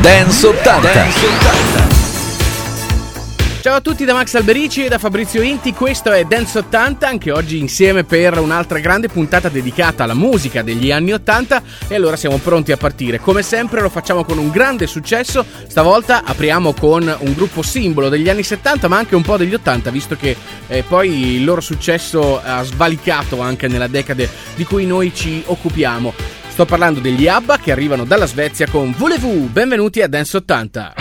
Dance 80. Ciao a tutti da Max Alberici e da Fabrizio Inti, questo è Dance 80, anche oggi insieme per un'altra grande puntata dedicata alla musica degli anni 80 e allora siamo pronti a partire. Come sempre lo facciamo con un grande successo, stavolta apriamo con un gruppo simbolo degli anni 70 ma anche un po' degli 80, visto che poi il loro successo ha svalicato anche nella decade di cui noi ci occupiamo. Sto parlando degli ABBA che arrivano dalla Svezia con Voulez-vous, benvenuti a Dance 80.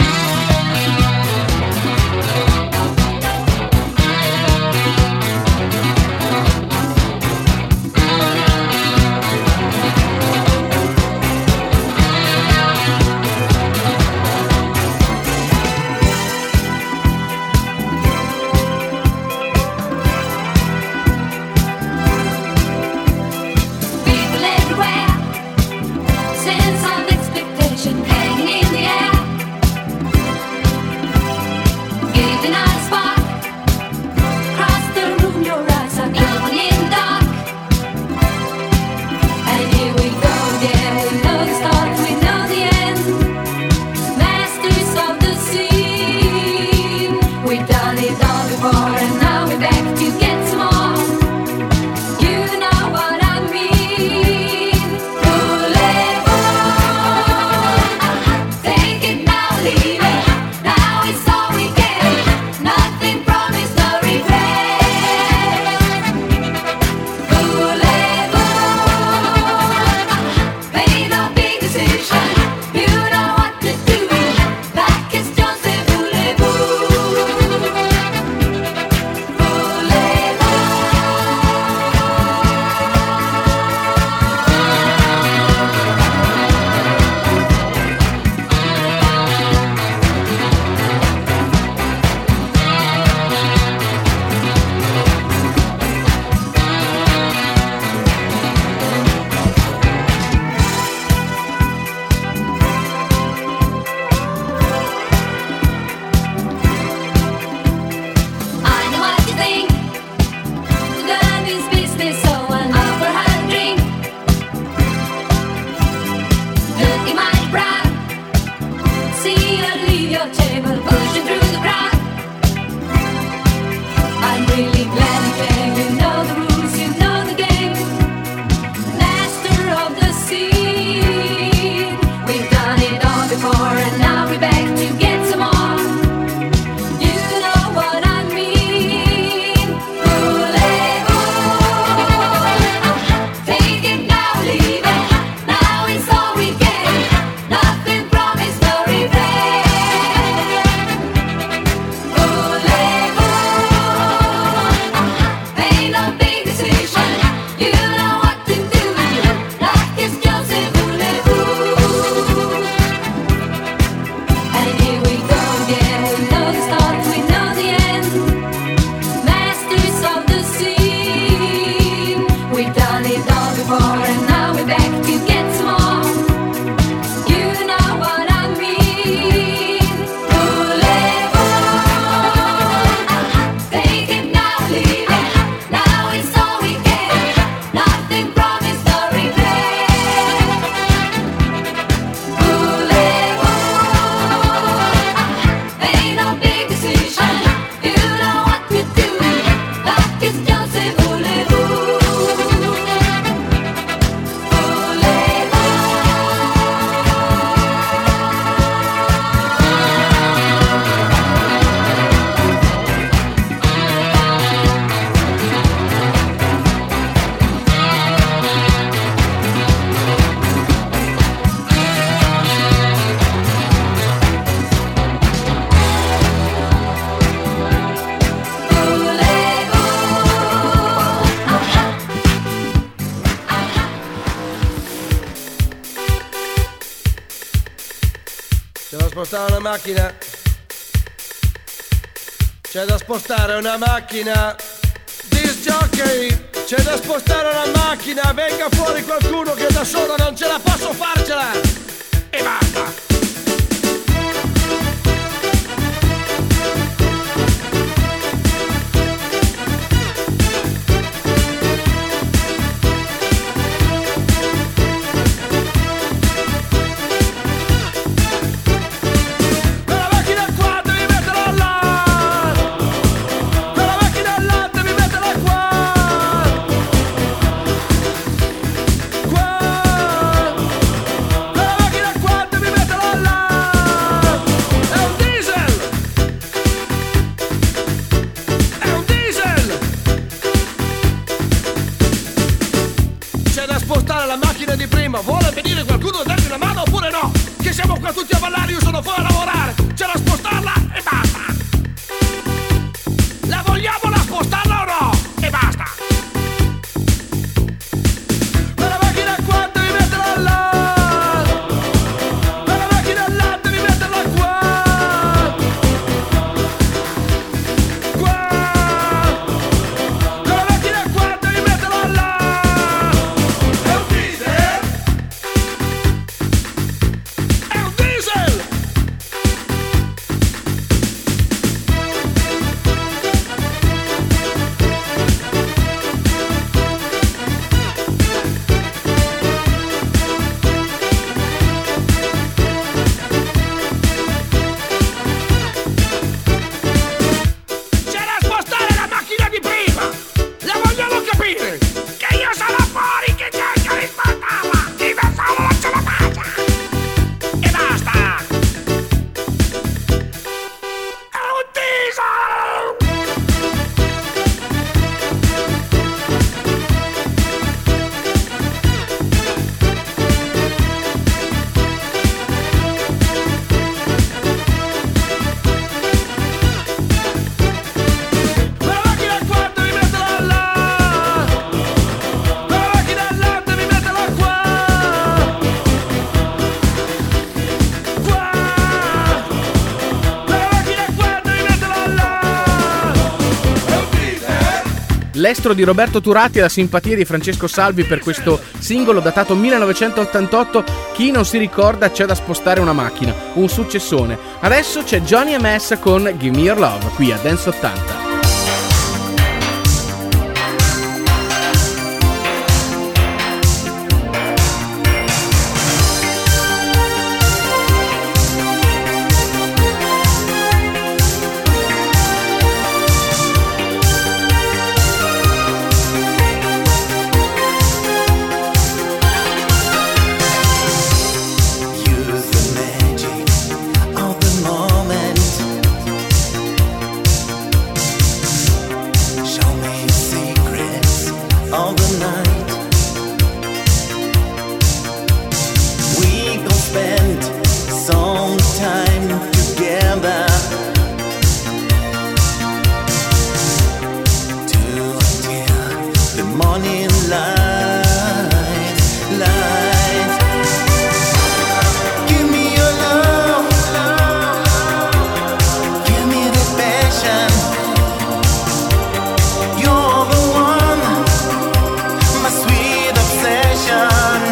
Spostare una macchina, c'è da spostare una macchina. Disc jockey, c'è da spostare una macchina. Venga fuori qualcuno che da solo non ce la posso farcela. E basta. qua tutti a ballare, io sono fuori a lavorare. C'è da spostarla e basta. La vogliamo la spostarla o no? E basta. Quella macchina qua devi metterla là. Quella macchina là devi metterla qua. Qua. Quella macchina qua devi metterla là. È un diesel. È un diesel. C'è da spostare la macchina di prima! La vogliamo capire! Che io sono fuori che cerco di spostarla! Chi da solo non ce la faccia! E basta! È un diesel! Quella macchina qua devi metterla là. Quella macchina là devi metterla qua. Qua. Quella macchina qua devi metterla là. È un diesel. L'estro di Roberto Turati e la simpatia di Francesco Salvi per questo singolo datato 1988. Chi non si ricorda c'è da spostare una macchina, un successone. Adesso c'è Johnny M.S. con Give Me Your Love qui a Dance 80. Use the magic of the moment. Show me secrets of the night. We gon' spend some time together till the morning light. Give me your love. Give me the passion. You're the one, my sweet obsession.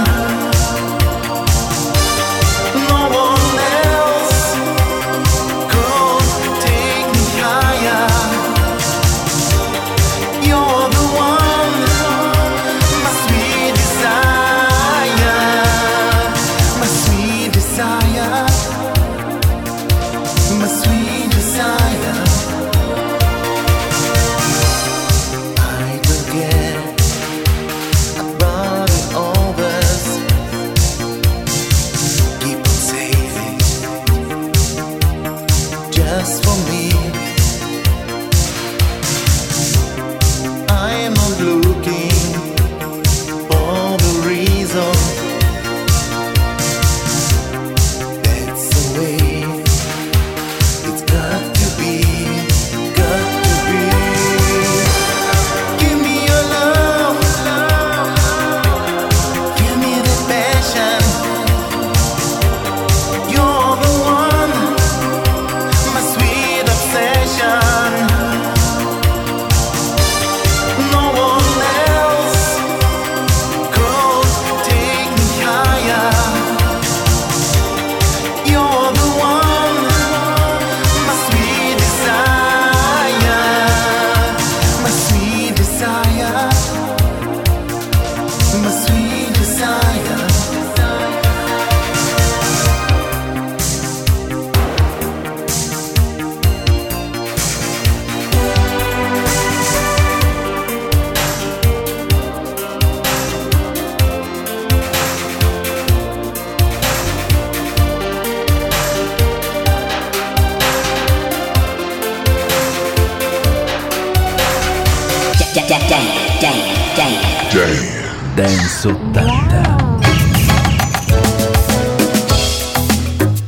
No one else could take me higher. You're the one, my sweet desire. My sweet desire. My sweet desire. I don't care about the others. Keep on saving just for me. I am not looking for the reason. That's the way it's got to be, got to be. Give me your love. Give me the passion. You're the one, my sweet obsession. No one else could take me higher. You're the one, my sweet desire. My sweet desire. My sweet desire. Dance 80.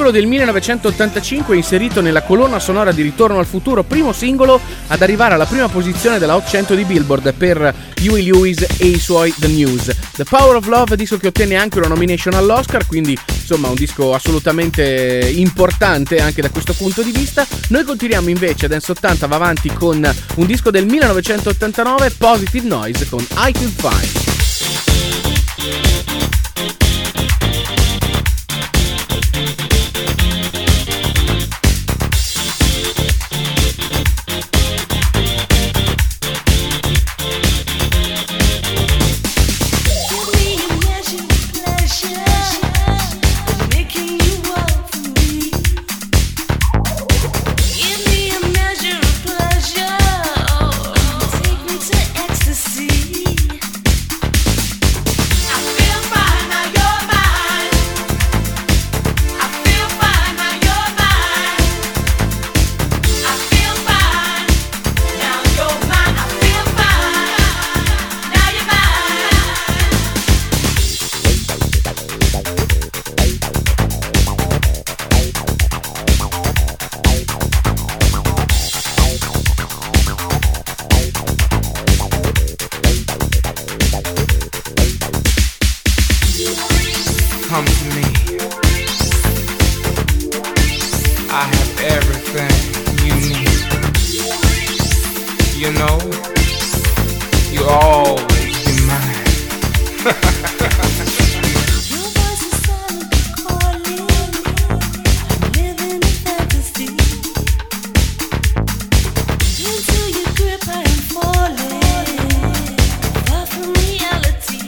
singolo del 1985 inserito nella colonna sonora di Ritorno al futuro, primo singolo ad arrivare alla prima posizione della Hot 100 di Billboard per Huey Lewis e i suoi The News. The Power of Love, disco che ottenne anche una nomination all'Oscar, quindi insomma un disco assolutamente importante anche da questo punto di vista. Noi continuiamo invece, Dance 80 va avanti con un disco del 1989, Positive Noise con I Feel Fine. Come to me. I have everything you need. You know, you'll always be mine. Your voice is silently calling. I'm living in fantasy. Into your grip I am falling. Far from reality.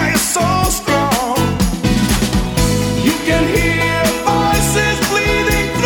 Voices bleeding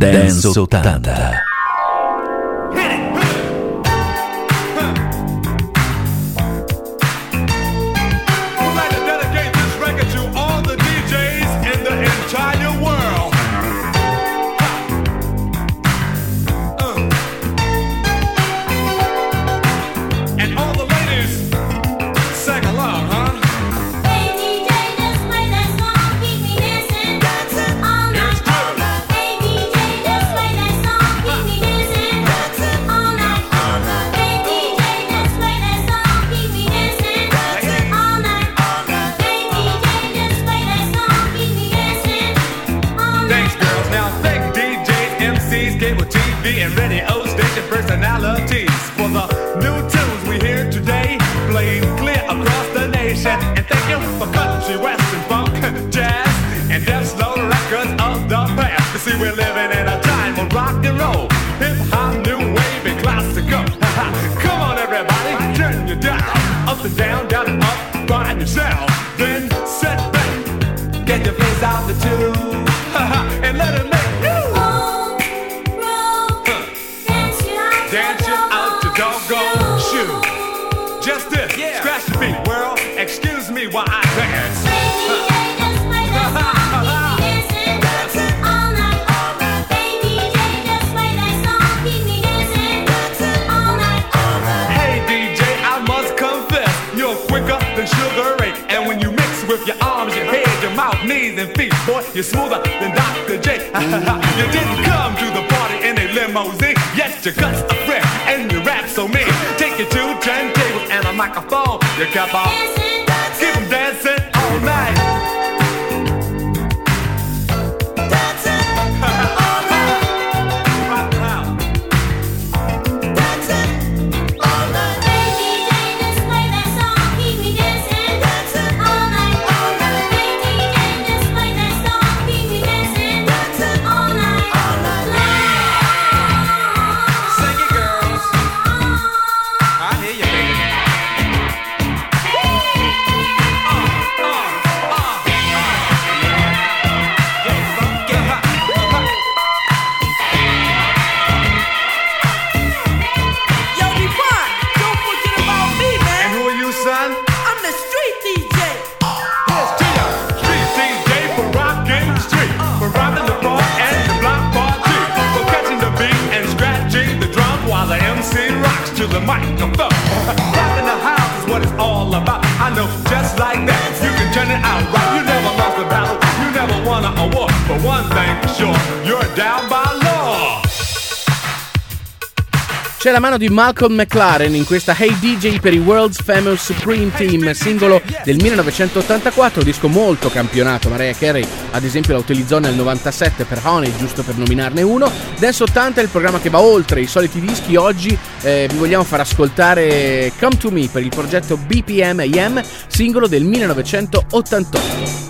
Dance 80. And radio station personalities for the new tunes we hear today, playing clear across the nation. And thank you for country, western, funk, jazz, and death slow records of the past. You see, we're living in a time of rock and roll, hip hop, new wave, and classical. Come on, everybody, turn your dial up and down, down and up, find yourself. Then sit back, get your face out the tube, and let it make you. Dance you out your doggone shoe. Just this, scratch the beat, world. Excuse me while I dance. Hey DJ, I must confess, you're quicker than Sugar Ray. And when you mix with your arms, your head, your mouth, knees, and feet, boy, you're smoother than Dr. J. You didn't come to the party in a limousine. Yes, your guts are fresh and your rap so mean. Take you to turntables and a microphone. You kept on keep them dancing all night. Dancing all night. Rock the house. Dancing all night. Hey DJ, just play that song, keep me dancing. Dancing all night, all night. Hey DJ, just play that song, keep me dancing. Dancing all night, all night. Sing it, girls. I hear you, baby. Yo, Devon, don't forget about me, And man. who are you, son? I'm the street DJ. Here's to ya. Street DJ for rockin' the street, for rockin' the bar and the block party, for catching the beat and scratching the drum while the MC rocks to the microphone. Rockin' the house is what it's all about. I know just like that, you can turn it out right. You never lost a battle, you never won an award, but one thing for sure, you're down by law. C'è la mano di Malcolm McLaren in questa Hey DJ per i World's Famous Supreme Team, singolo del 1984, disco molto campionato. Mariah Carey ad esempio la utilizzò nel 97 per Honey, giusto per nominarne uno. Dance 80 è il programma che va oltre i soliti dischi. Oggi vi vogliamo far ascoltare Come To Me per il progetto BPM AM, singolo del 1988.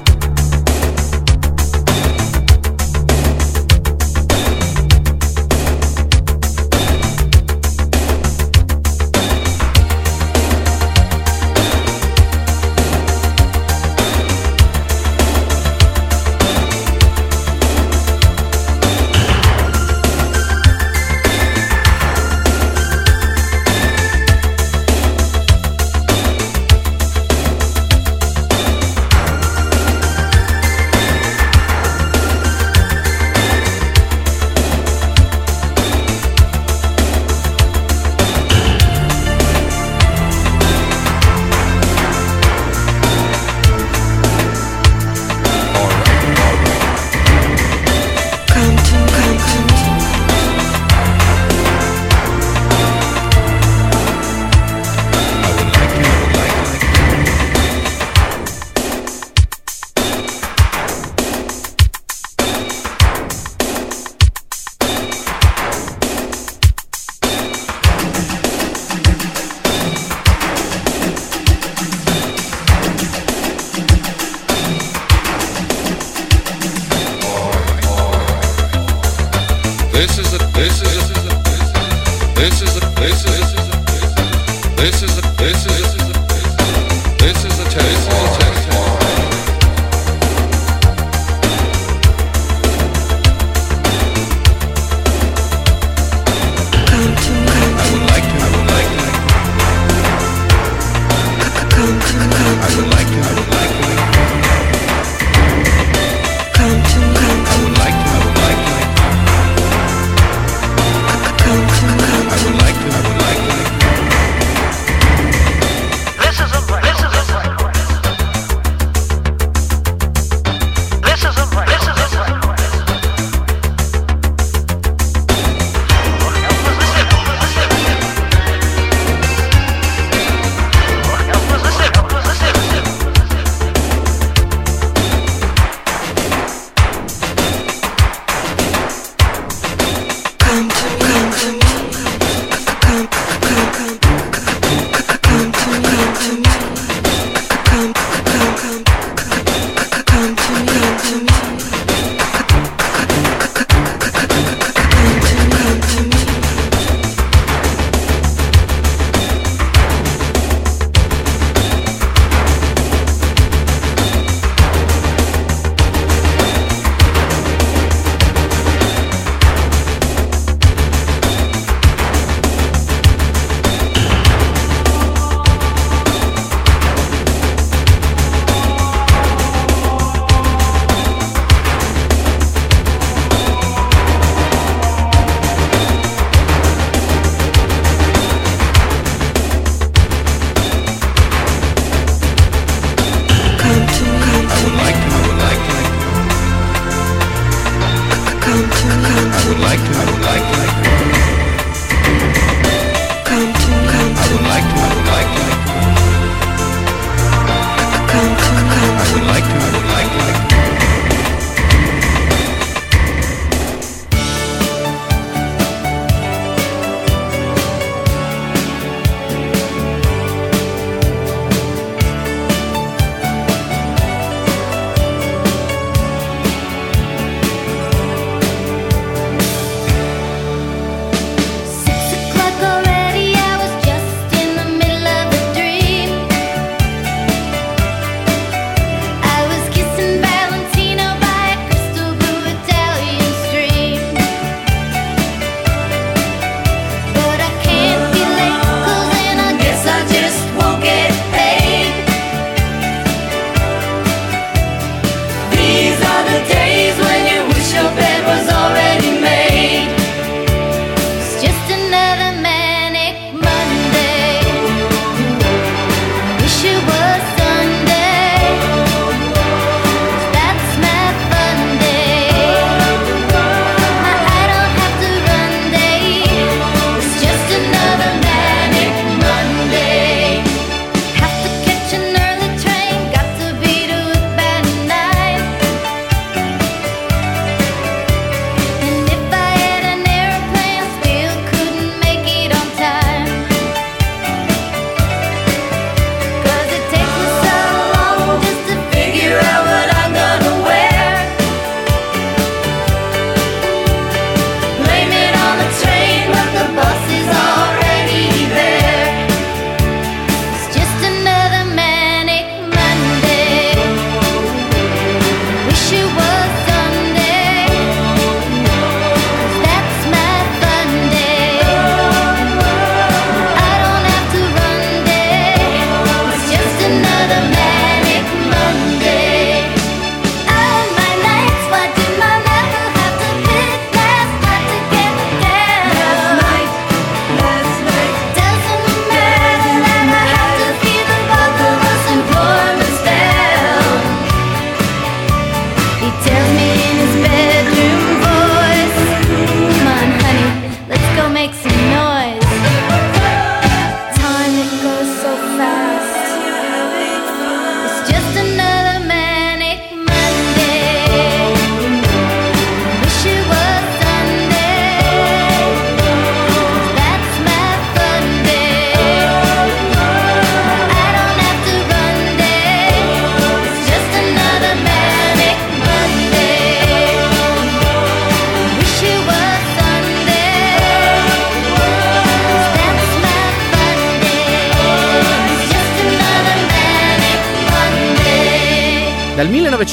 Dal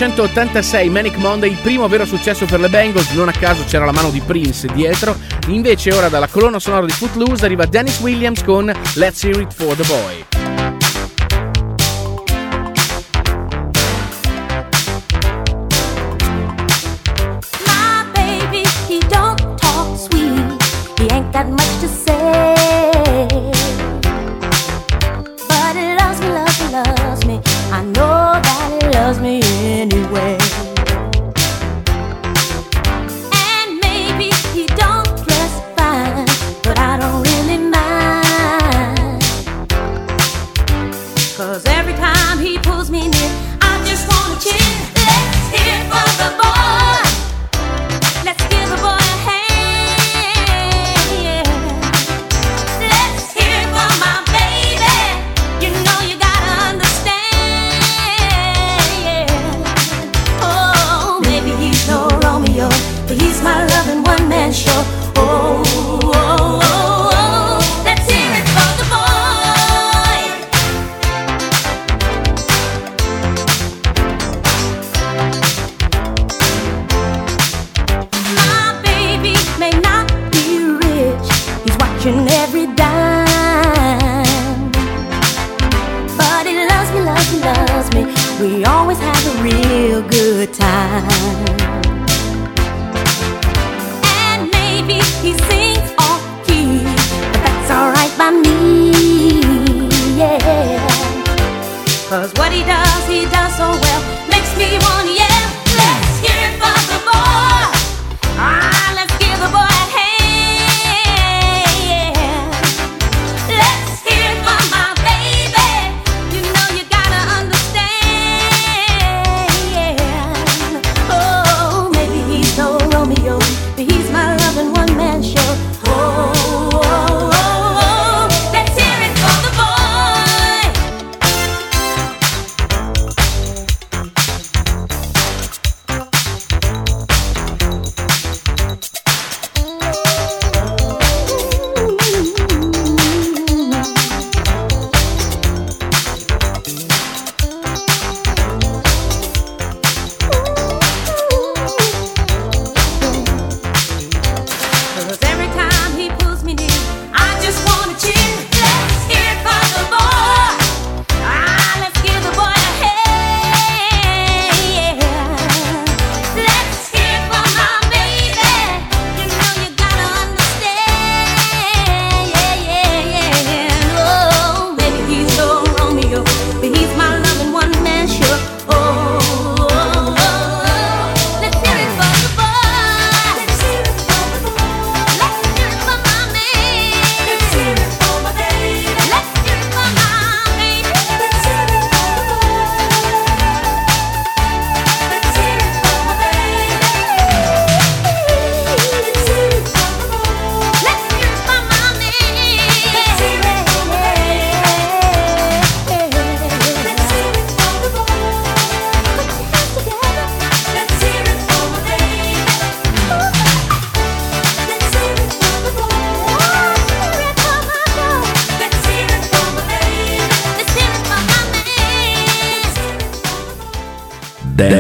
1986 Manic Monday, il primo vero successo per le Bangles, non a caso c'era la mano di Prince dietro. Invece ora dalla colonna sonora di Footloose arriva Dennis Williams con Let's Hear It For The Boy. We always have a real good time. And maybe he sings off key, but that's alright by me, yeah. 'Cause what he does so well, makes me wanna yell. Let's hear it for the boy. Ah, let's give the boy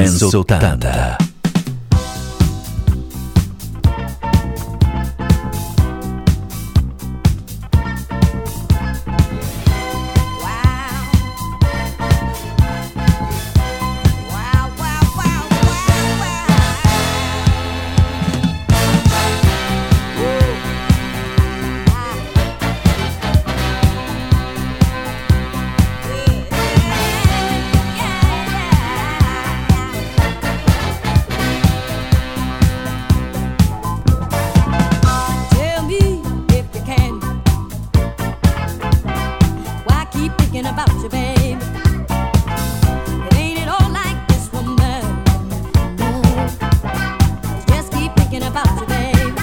Dance 80. Tell me if you can. Why keep thinking about you, babe? It ain't at all like this woman. No, just keep thinking about you, babe.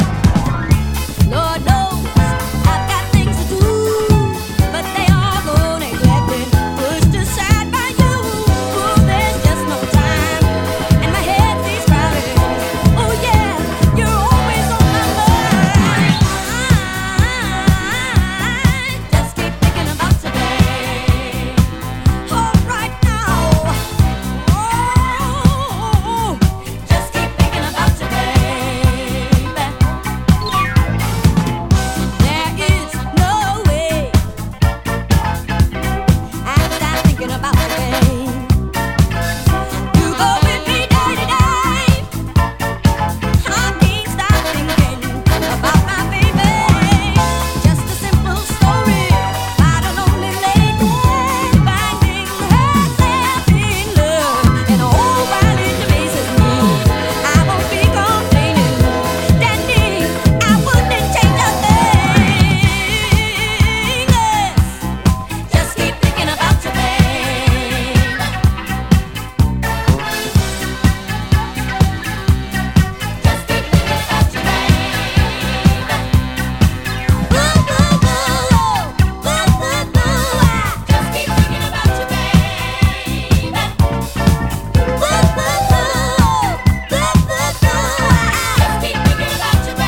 Lord knows I've got things to do, but they all go neglected, pushed aside by you. There's just no time, and my head stays crowded. Oh yeah, you're always on my mind. Just keep thinking about you, babe. Oh, right now. Oh, just keep thinking about you, babe. There is no way I could stop thinking about you, babe. You go with me day to day. I can't stop thinking about my baby. Just a simple story about a lonely lady finding herself in love, and all while it amazes me, I won't be complaining. Dandy, I wouldn't change a thing. Just keep thinking about you, babe. Just keep thinking about you, babe. Ooh, ooh, ooh, ooh, ooh, ooh. Just keep thinking about you, babe. Ooh, ooh, ooh, ooh, ooh, ooh. Just keep thinking about you,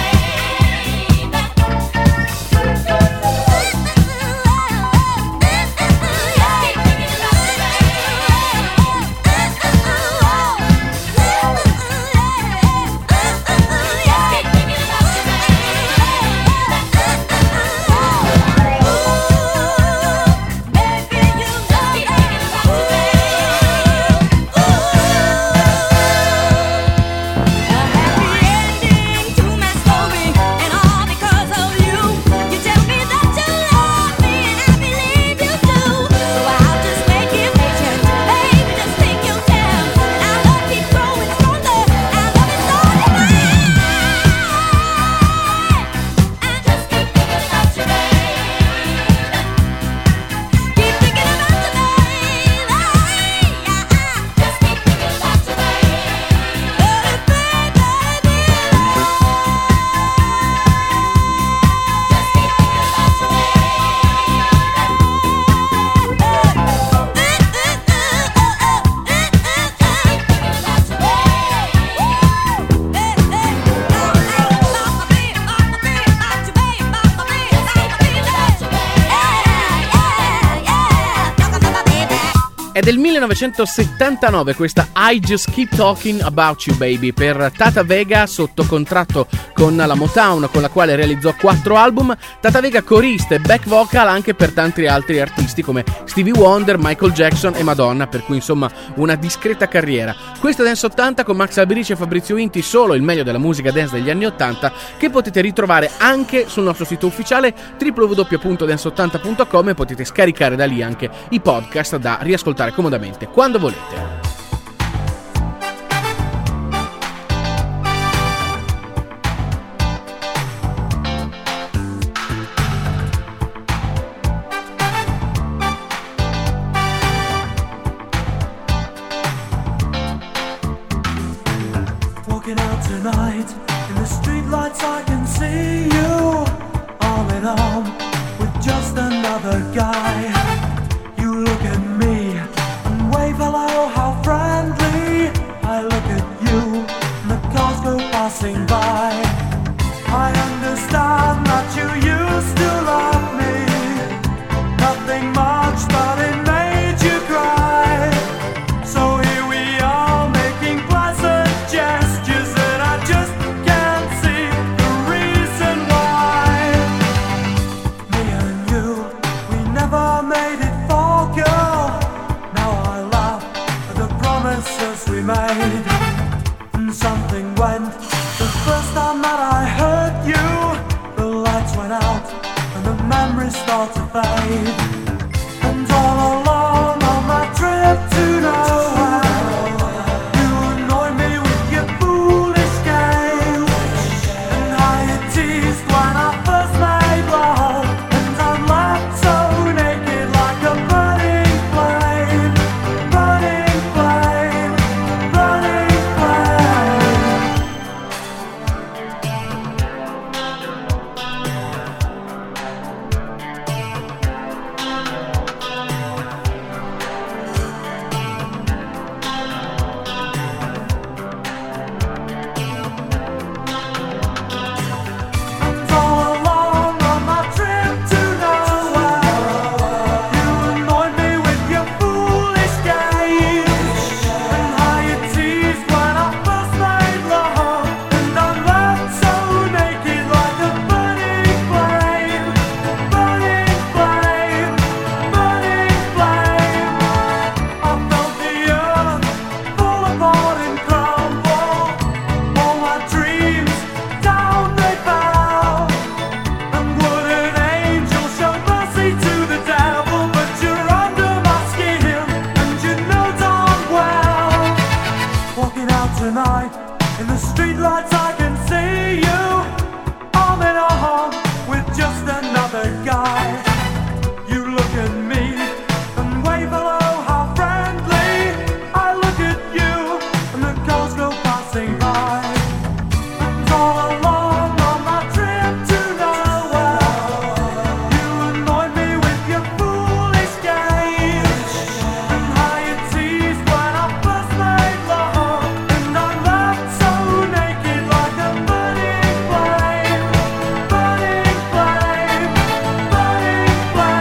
È del 1979 questa I Just Keep Talking About You Baby per Tata Vega, sotto contratto con la Motown, con la quale realizzò 4 album. Tata Vega corista e back vocal anche per tanti altri artisti come Stevie Wonder, Michael Jackson e Madonna, per cui insomma una discreta carriera. Questo è Dance 80 con Max Alberici e Fabrizio Inti, solo il meglio della musica dance degli anni 80, che potete ritrovare anche sul nostro sito ufficiale www.dance80.com, e potete scaricare da lì anche i podcast da riascoltare comodamente quando volete. Walking out tonight in the streetlights, I can see you arm in arm with just another guy. You look at me and wave hello, how friendly. I look at you and the cars go passing by. I understand that you used to love me, nothing much, but it made you cry. So here we are, something went. The first time that I heard you, the lights went out and the memories start to fade. And all along on my trip to nowhere, you annoy me with your foolish games and how you teased when I first made love. And I'm left so naked like a burning flame, burning flame, burning flame. And all along on my trip to nowhere, you annoyed me with your foolish games and how you teased when I first made love. And I'm left so naked like a burning flame, burning flame, burning flame. I felt the earth fall apart and crumble. All my dreams down they fell. And would an angel show mercy to the devil? But you're under my skin and you know darn well. Walking out tonight in the streetlights, I can see you arm in arm with just another guy. You look at me and wave hello, how friendly. I look at you and the cars go passing by. And all along on my trip to nowhere, you annoyed me with your foolish games and how you teased when I first made love. And I'm left so naked like a burning flame, burning flame, burning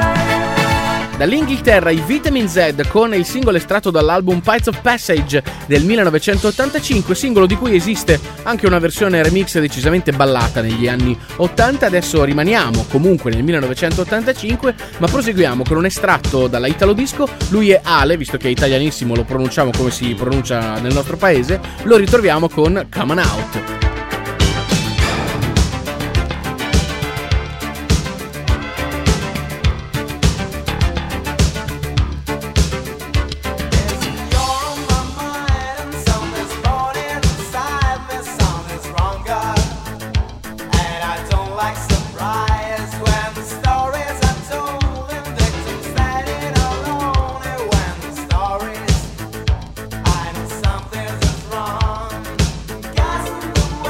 flame. Dall'Inghilterra i Vitamin Z con il singolo estratto dall'album Pites of Passage del 1985, singolo di cui esiste anche una versione remix decisamente ballata negli anni 80. Adesso rimaniamo comunque nel 1985, ma proseguiamo con un estratto dalla Italo Disco. Lui è Ale, visto che è italianissimo lo pronunciamo come si pronuncia nel nostro paese, lo ritroviamo con Come On Out. Something's wrong. Gas in the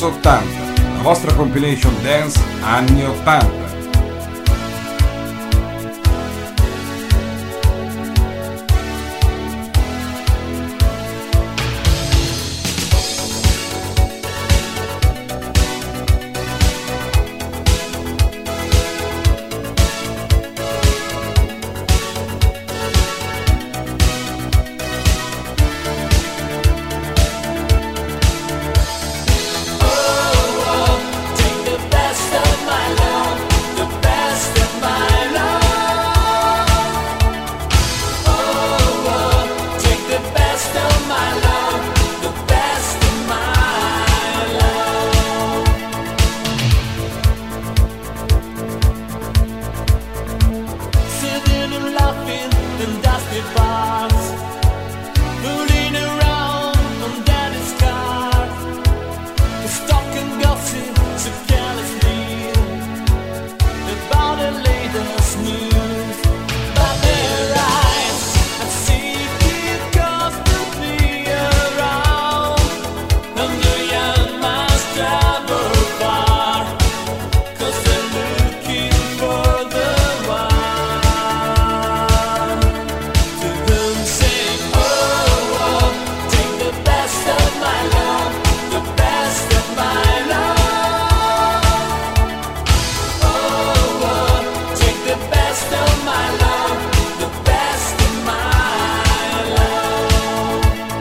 80, la vostra compilation dance anni 80. Take the best of my love, the best of my love. Oh, take the best of my love, the best of my love. Sitting and laughing in dusty bars, fooling around on daddy's car. Stalking gossip so carelessly about the latest news. But their eyes I see keep constantly around, and the young must travel far, 'cause they're looking for the one to whom say, oh, take the best of my love, the best of my love. Oh, take the best of my love, the best of my love.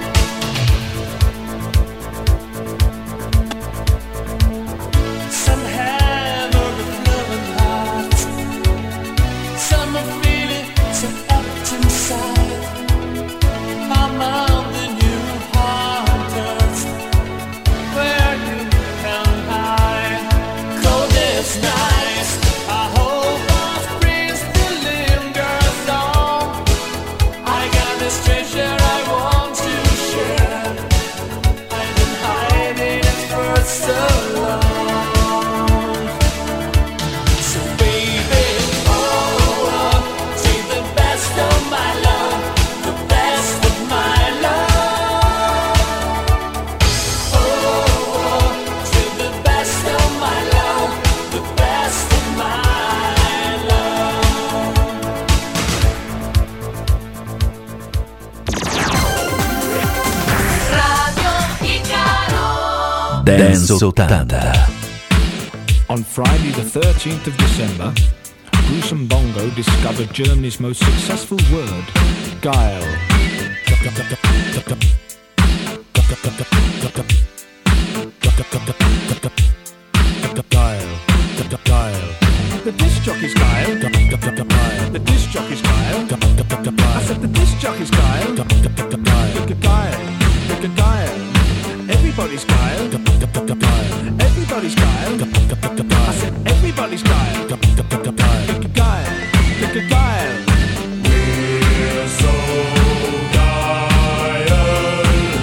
Some have overflowing hearts, some are feeling so empty inside. I'm on the new hunters, where you can hide. Coldest nights, I hope our spring still lingers on. I got this treasure I want to share. I've been hiding it for so long. So baby, oh, take the best of my love, the best of my love. Oh, take the best of my love, the best of my love. Radio Icaro. Dance 80. On Friday, the 13th of December, Gruesome Bongo discovered Germany's most successful word, guile. Guile. The disc jockey's guile. The disc jockey's guile. I said the disc jockey's guile. Guile. Everybody's guile. Everybody's guile. I said everybody's guile. Guile. We're so guile.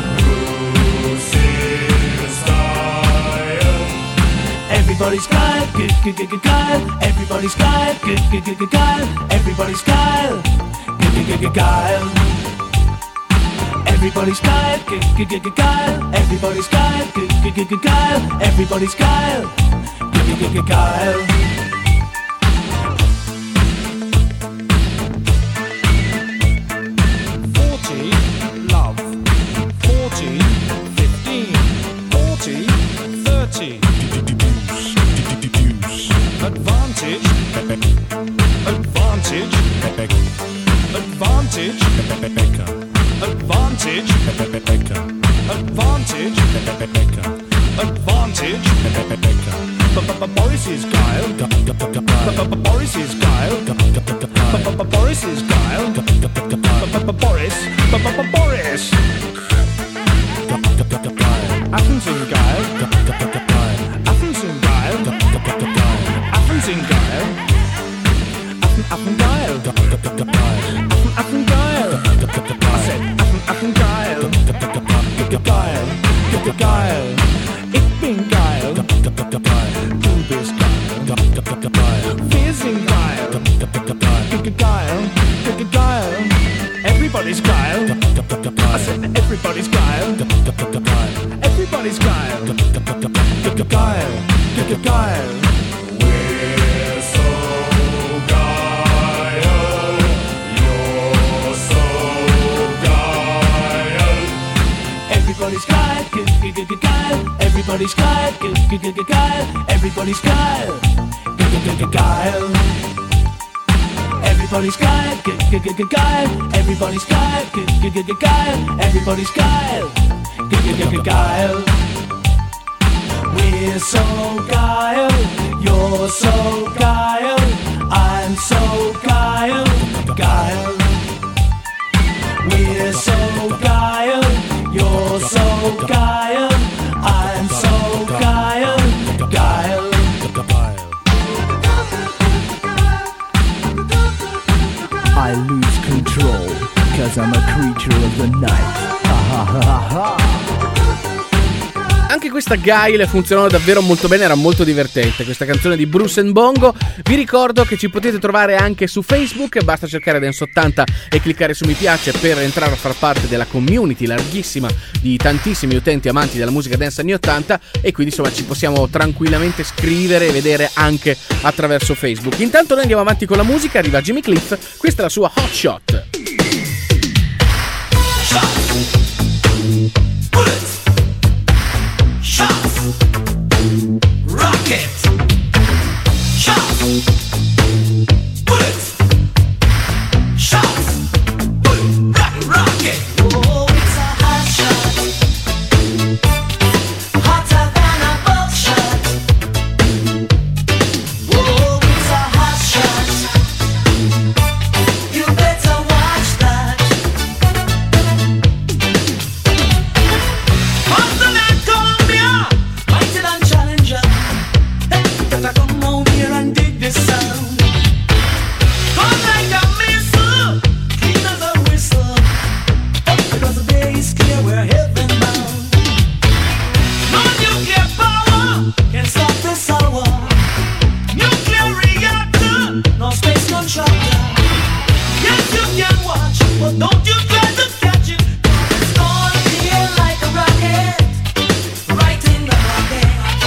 Bruce's style. Everybody's guile. Guile. Everybody's guile. Guile. Everybody's guile. Guile. Everybody's guile, guile. Everybody's guile, guile. Everybody's guile, guile. 40, love. 40, 15. 40, 30. Advantage. Advantage. Advantage. Advantage, advantage, advantage, Boris is guile, Boris is guile, Boris is guile, Boris, Athens in guile, Athens in guile, Athens in guile, Athens guile, Athens guile. I said Affen geil, geil, geil, ich bin geil, du bist geil, wir sind geil, geil, everybody's geil, I said everybody's geil, everybody's geil, Guile. We're so guile, you're so guile. Everybody's guile, guile. Everybody's guile, guile. Everybody's guile, guile. Everybody's guile, guile. Everybody's guile, guile. Everybody's guile, guile. We're so guile, you're so guile, I'm so guile, guile. We're so guile, you're so guile, I'm so guile, guile. I lose control, 'cause I'm a creature of the night. Ha ha ha ha. Anche questa Guile funzionò davvero molto bene, era molto divertente questa canzone di Bruce and Bongo. Vi ricordo che ci potete trovare anche su Facebook, basta cercare Dance 80 e cliccare su mi piace per entrare a far parte della community larghissima di tantissimi utenti amanti della musica dance anni 80, e quindi insomma ci possiamo tranquillamente scrivere e vedere anche attraverso Facebook. Intanto noi andiamo avanti con la musica, arriva Jimmy Cliff, questa è la sua Hot Shot. Shots, rocket, shots, bullets, shots, rocket. Oh, it's a hot shot, hotter than a buckshot. Oh, it's a hot shot, you better watch that. Boston and Columbia, mighty than Challenger. Hey, you better come out here and dig this sound. Come like a missile, clean as a whistle. Oh, because the day is clear, we're heaven bound. No nuclear power can stop this hour. Nuclear reactor, no space contractor. Yes, you can watch, but don't you try to catch it. It's gonna feel like a rocket, right in the rocket.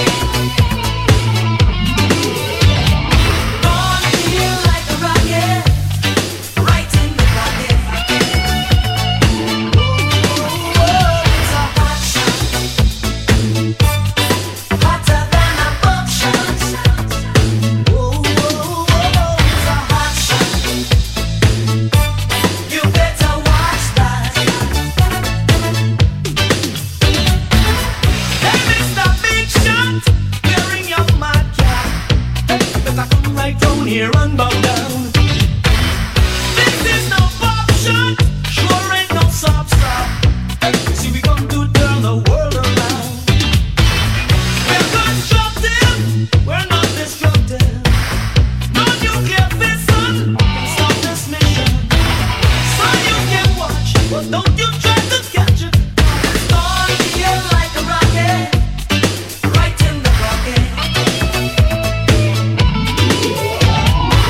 Gonna feel like a rocket, right in the rocket. Oh, it's a hot shot, hotter than a buckshot. Oh, it's a hot shot, you better watch that. Hey, Mr. Big Shot, wearing your mad cap. Hey, you better come right down here and bow down. This is no pop shot, sure ain't no soft stop. Hey, see we come to turn the world around. We're constructive, we're not destructive. No nuclear fission can stop this mission. So you can watch, but don't you try to catch it. It's gonna feel like a rocket, right in the rocket.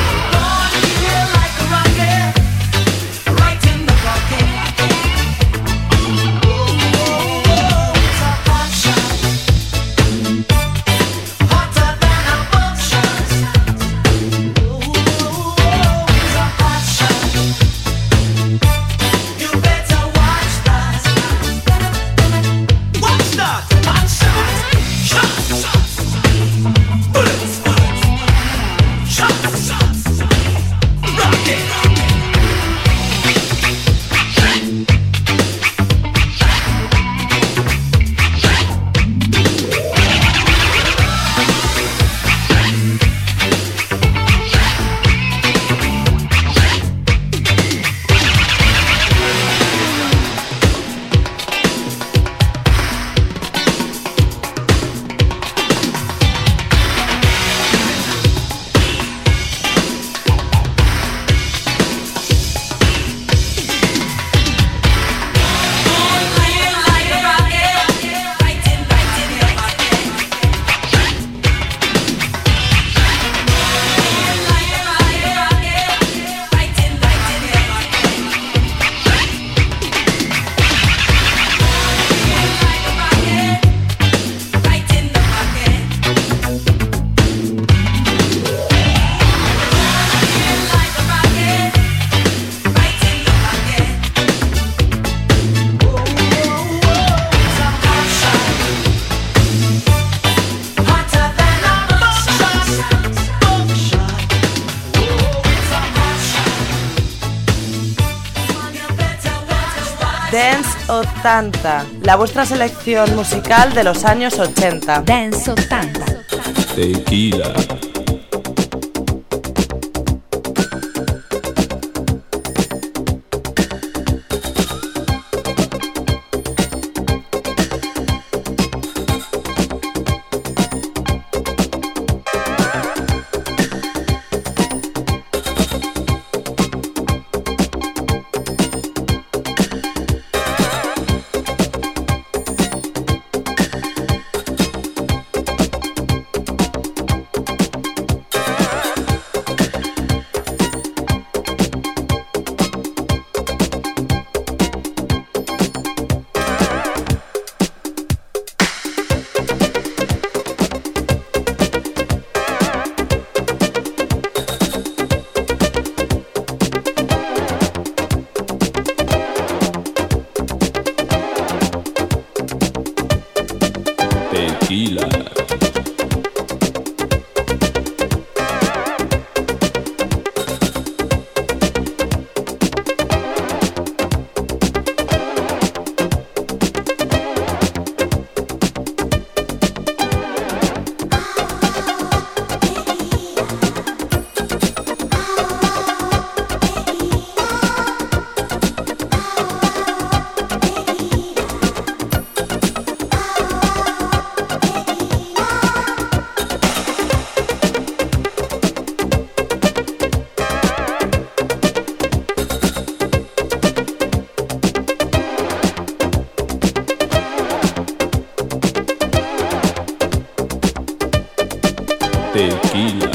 80, la vuestra selección musical de los años 80. Dance 80. Tequila. Tequila. Tequila.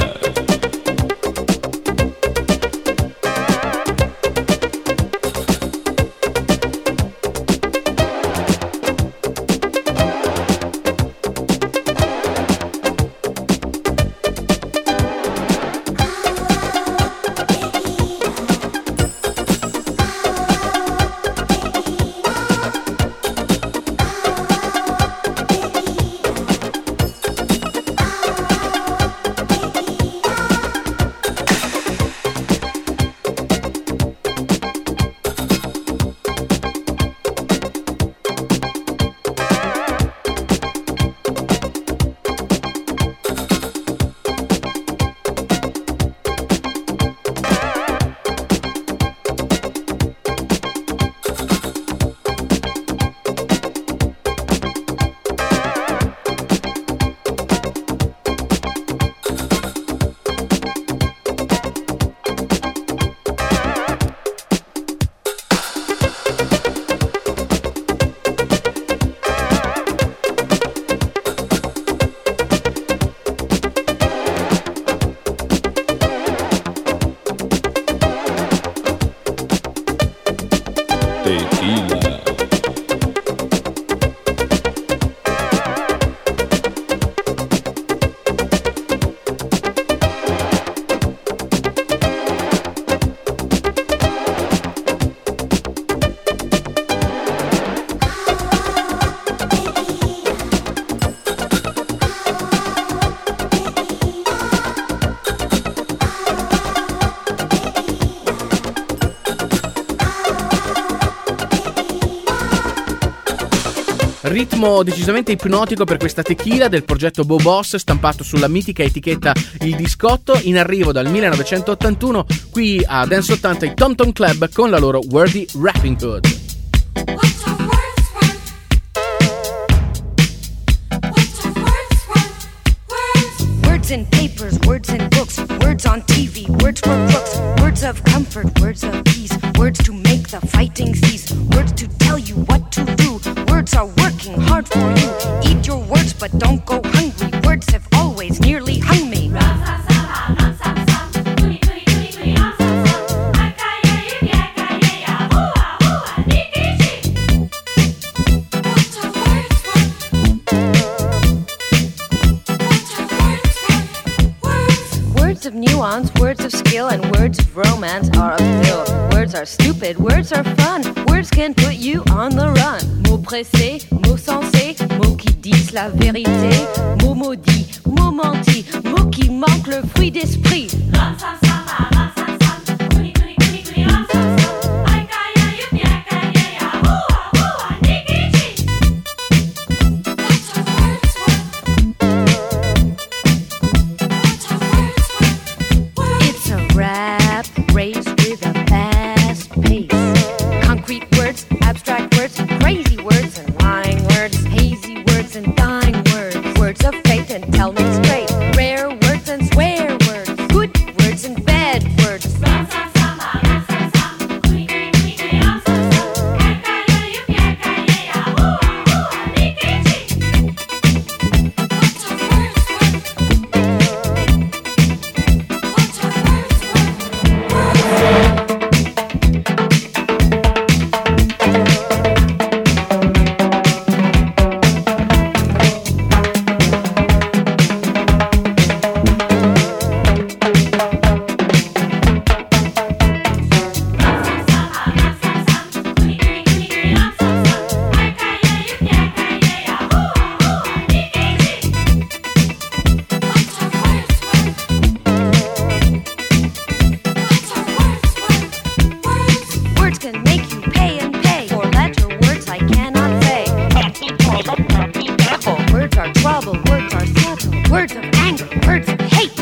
Ritmo decisamente ipnotico per questa tequila del progetto Bo Boss, stampato sulla mitica etichetta Il Discotto, in arrivo dal 1981 qui a Dance 80 i Tom Tom Club con la loro Worthy Rapping Hood. Words in papers, words in books, words on TV, words for crooks, words of comfort, words of peace, words to make the fighting cease, words to tell you what to do. Words are working hard for you. Eat your words, but don't go hungry. Words have always nearly hung me. Words of nuance, words of skill, and words of romance are a pill. Words are stupid, words are fun. Words can put you on the run. Mots pressés, mots sensés, mots qui disent la vérité. Mots maudits, mots mentis, mots qui manquent le fruit d'esprit.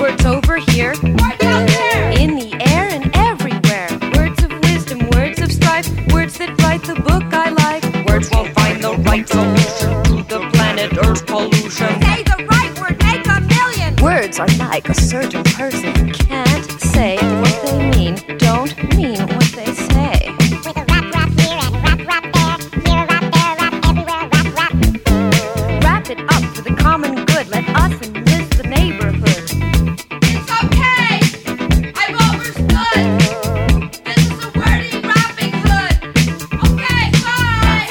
Words over here, in the air and everywhere. Words of wisdom, words of strife, words that write the book I like. Words won't find the right solution to the planet Earth pollution. Say the right word, make a million. Words are like a certain person who can't say what they mean, don't mean what they say. With a rap rap here and rap rap there, here a rap there, rap everywhere, rap rap. Wrap it up for the common good, let us enlist the neighborhood. It's okay. I've overstood. This is a wordy rapping hood. Okay, bye.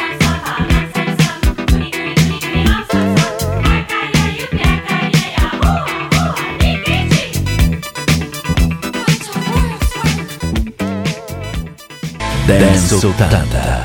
Dance 80.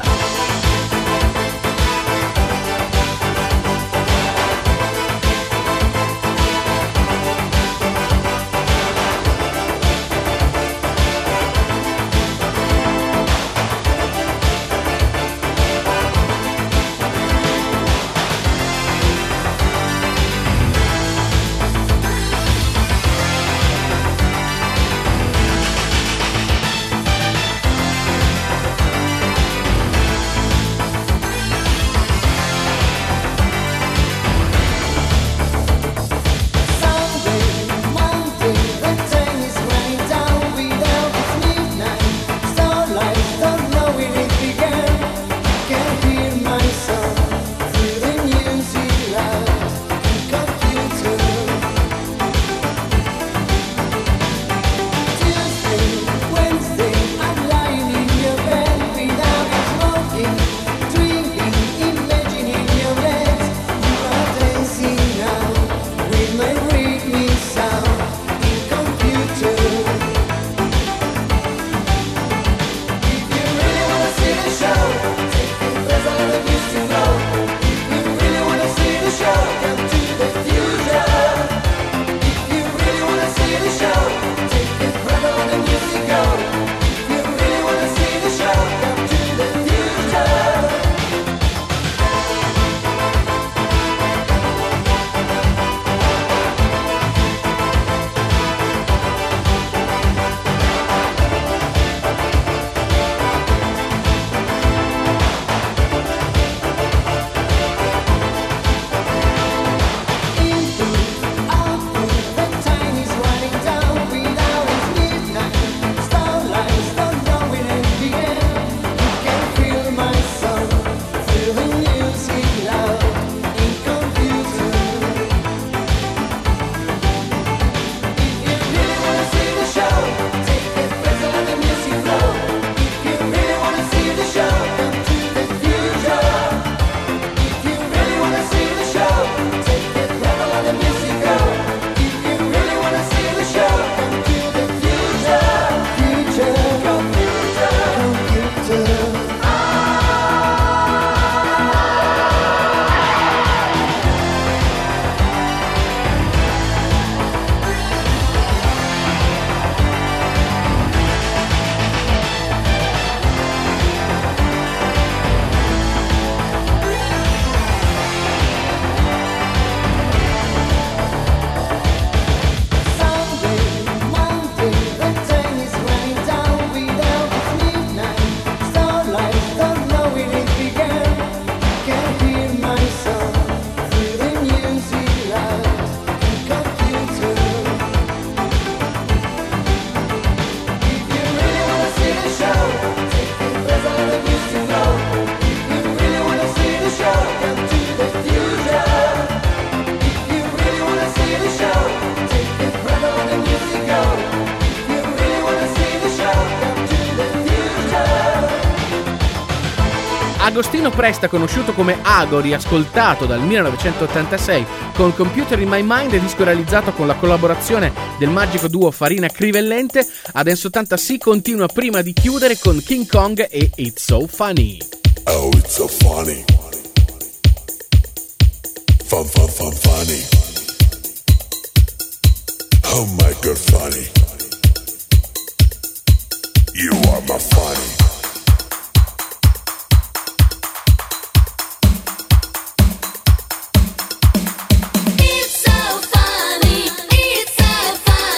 Agostino Presta, conosciuto come Ago, riascoltato dal 1986 con Computer in My Mind, disco realizzato con la collaborazione del magico duo Farina Crivellente. A Dance 80 si continua prima di chiudere con King Kong e It's So Funny. Oh, it's so funny. Fun, fun, fun, funny. Oh my God, funny. You are my funny. It's so funny, it's so funny.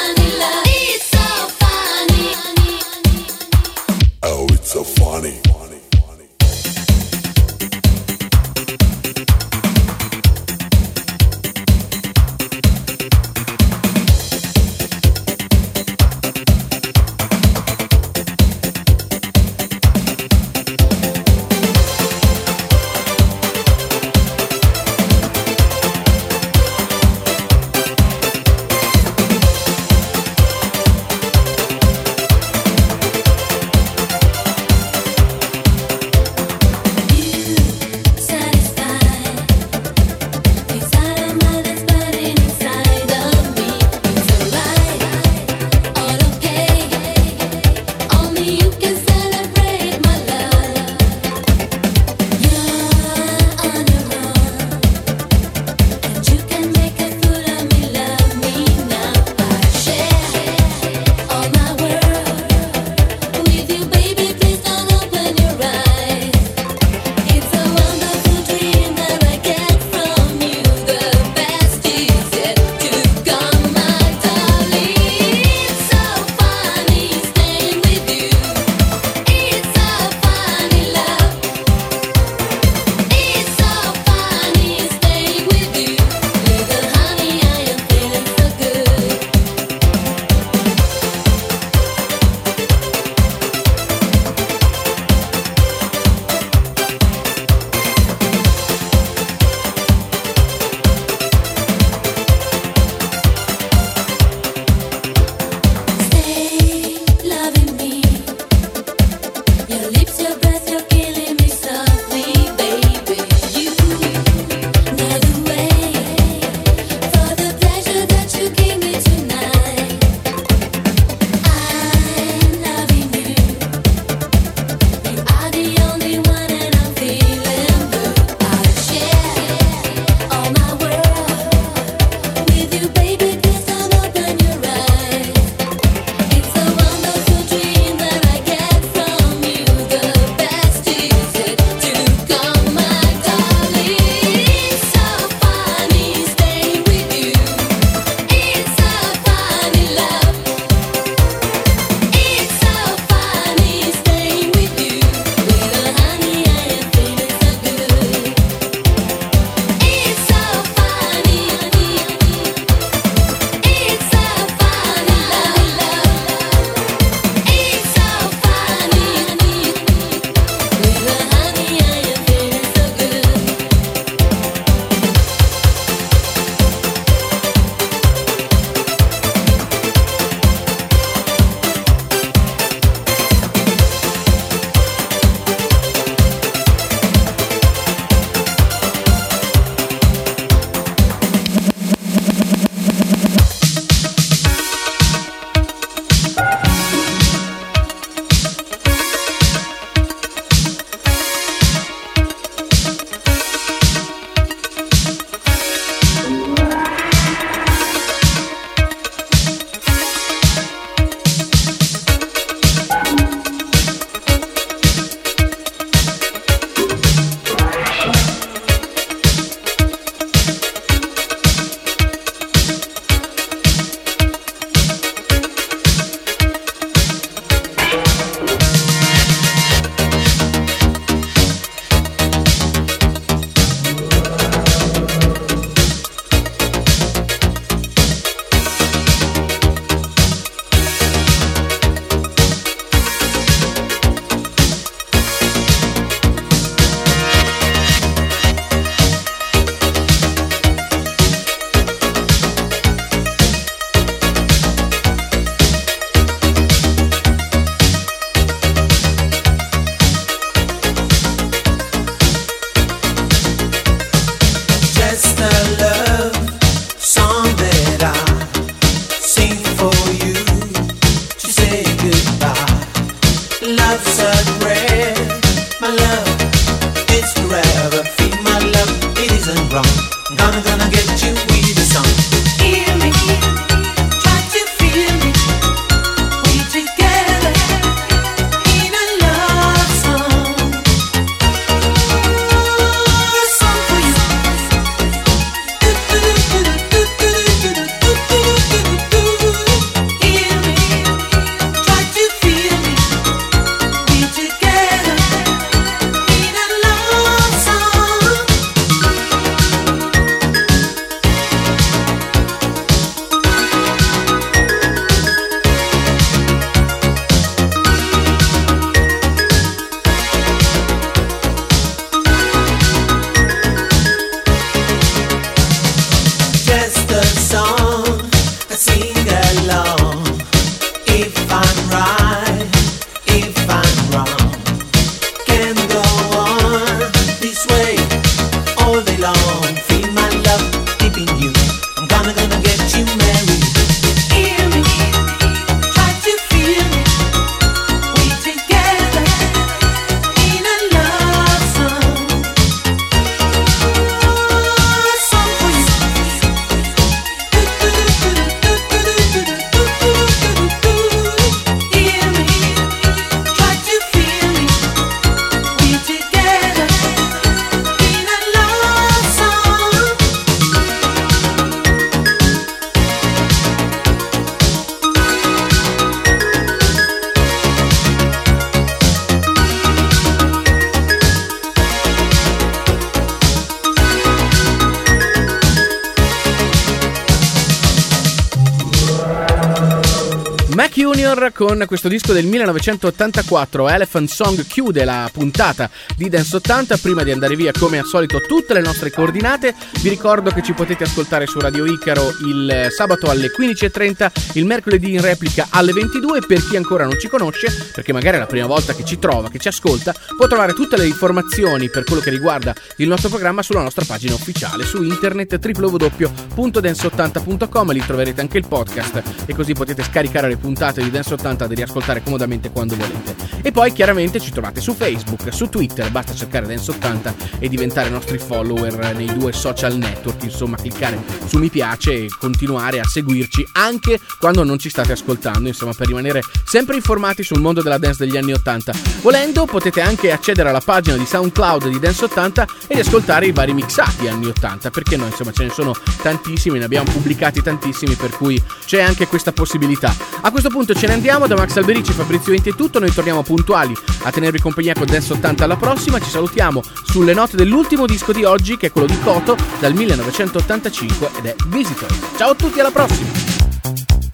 for you to say goodbye. Love's so rare, my love, it's forever. Feel my love, it isn't wrong. I'm gonna get you with a song. Hear me, try to feel me. We together in a love song. A song for you. Hear me, try to feel me. We together in a love song. Just a song, I sing along. If I'm right, if I'm wrong, can go on this way all day long. Feel my love deep in you. I'm gonna get you married. Hear me, try to feel me. We together in a love song. A song for you. Hear me, try to feel me. We together in a love song. Mac Junior con questo disco del 1984, Elephant Song, chiude la puntata di Dance 80. Prima di andare via, come al solito, tutte le nostre coordinate. Vi ricordo che ci potete ascoltare su Radio Icaro il sabato alle 15:30, il mercoledì in replica alle 22. Per chi ancora non ci conosce, perché magari è la prima volta che ci trova, che ci ascolta, può trovare tutte le informazioni per quello che riguarda il nostro programma sulla nostra pagina ufficiale su internet www.dance80.com. Lì troverete anche il podcast e così potete scaricare le puntate di Dance 80 da riascoltare comodamente quando volete. E poi chiaramente ci trovate su Facebook, su Twitter, basta cercare Dance 80 e diventare nostri follower nei due social network, insomma cliccare su mi piace e continuare a seguirci anche quando non ci state ascoltando, insomma, per rimanere sempre informati sul mondo della dance degli anni 80. Volendo potete anche accedere alla pagina di SoundCloud di Dance 80 e ascoltare i vari mixati anni 80, perché no, insomma ce ne sono tantissimi, ne abbiamo pubblicati tantissimi, per cui c'è anche questa possibilità. A questo punto ce ne andiamo, da Max Alberici e Fabrizio Venti è tutto, noi torniamo puntuali a tenervi compagnia con Dance 80 alla prossima. Ci salutiamo sulle note dell'ultimo disco di oggi, che è quello di Koto dal 1985 ed è Visitor. Ciao a tutti, alla prossima!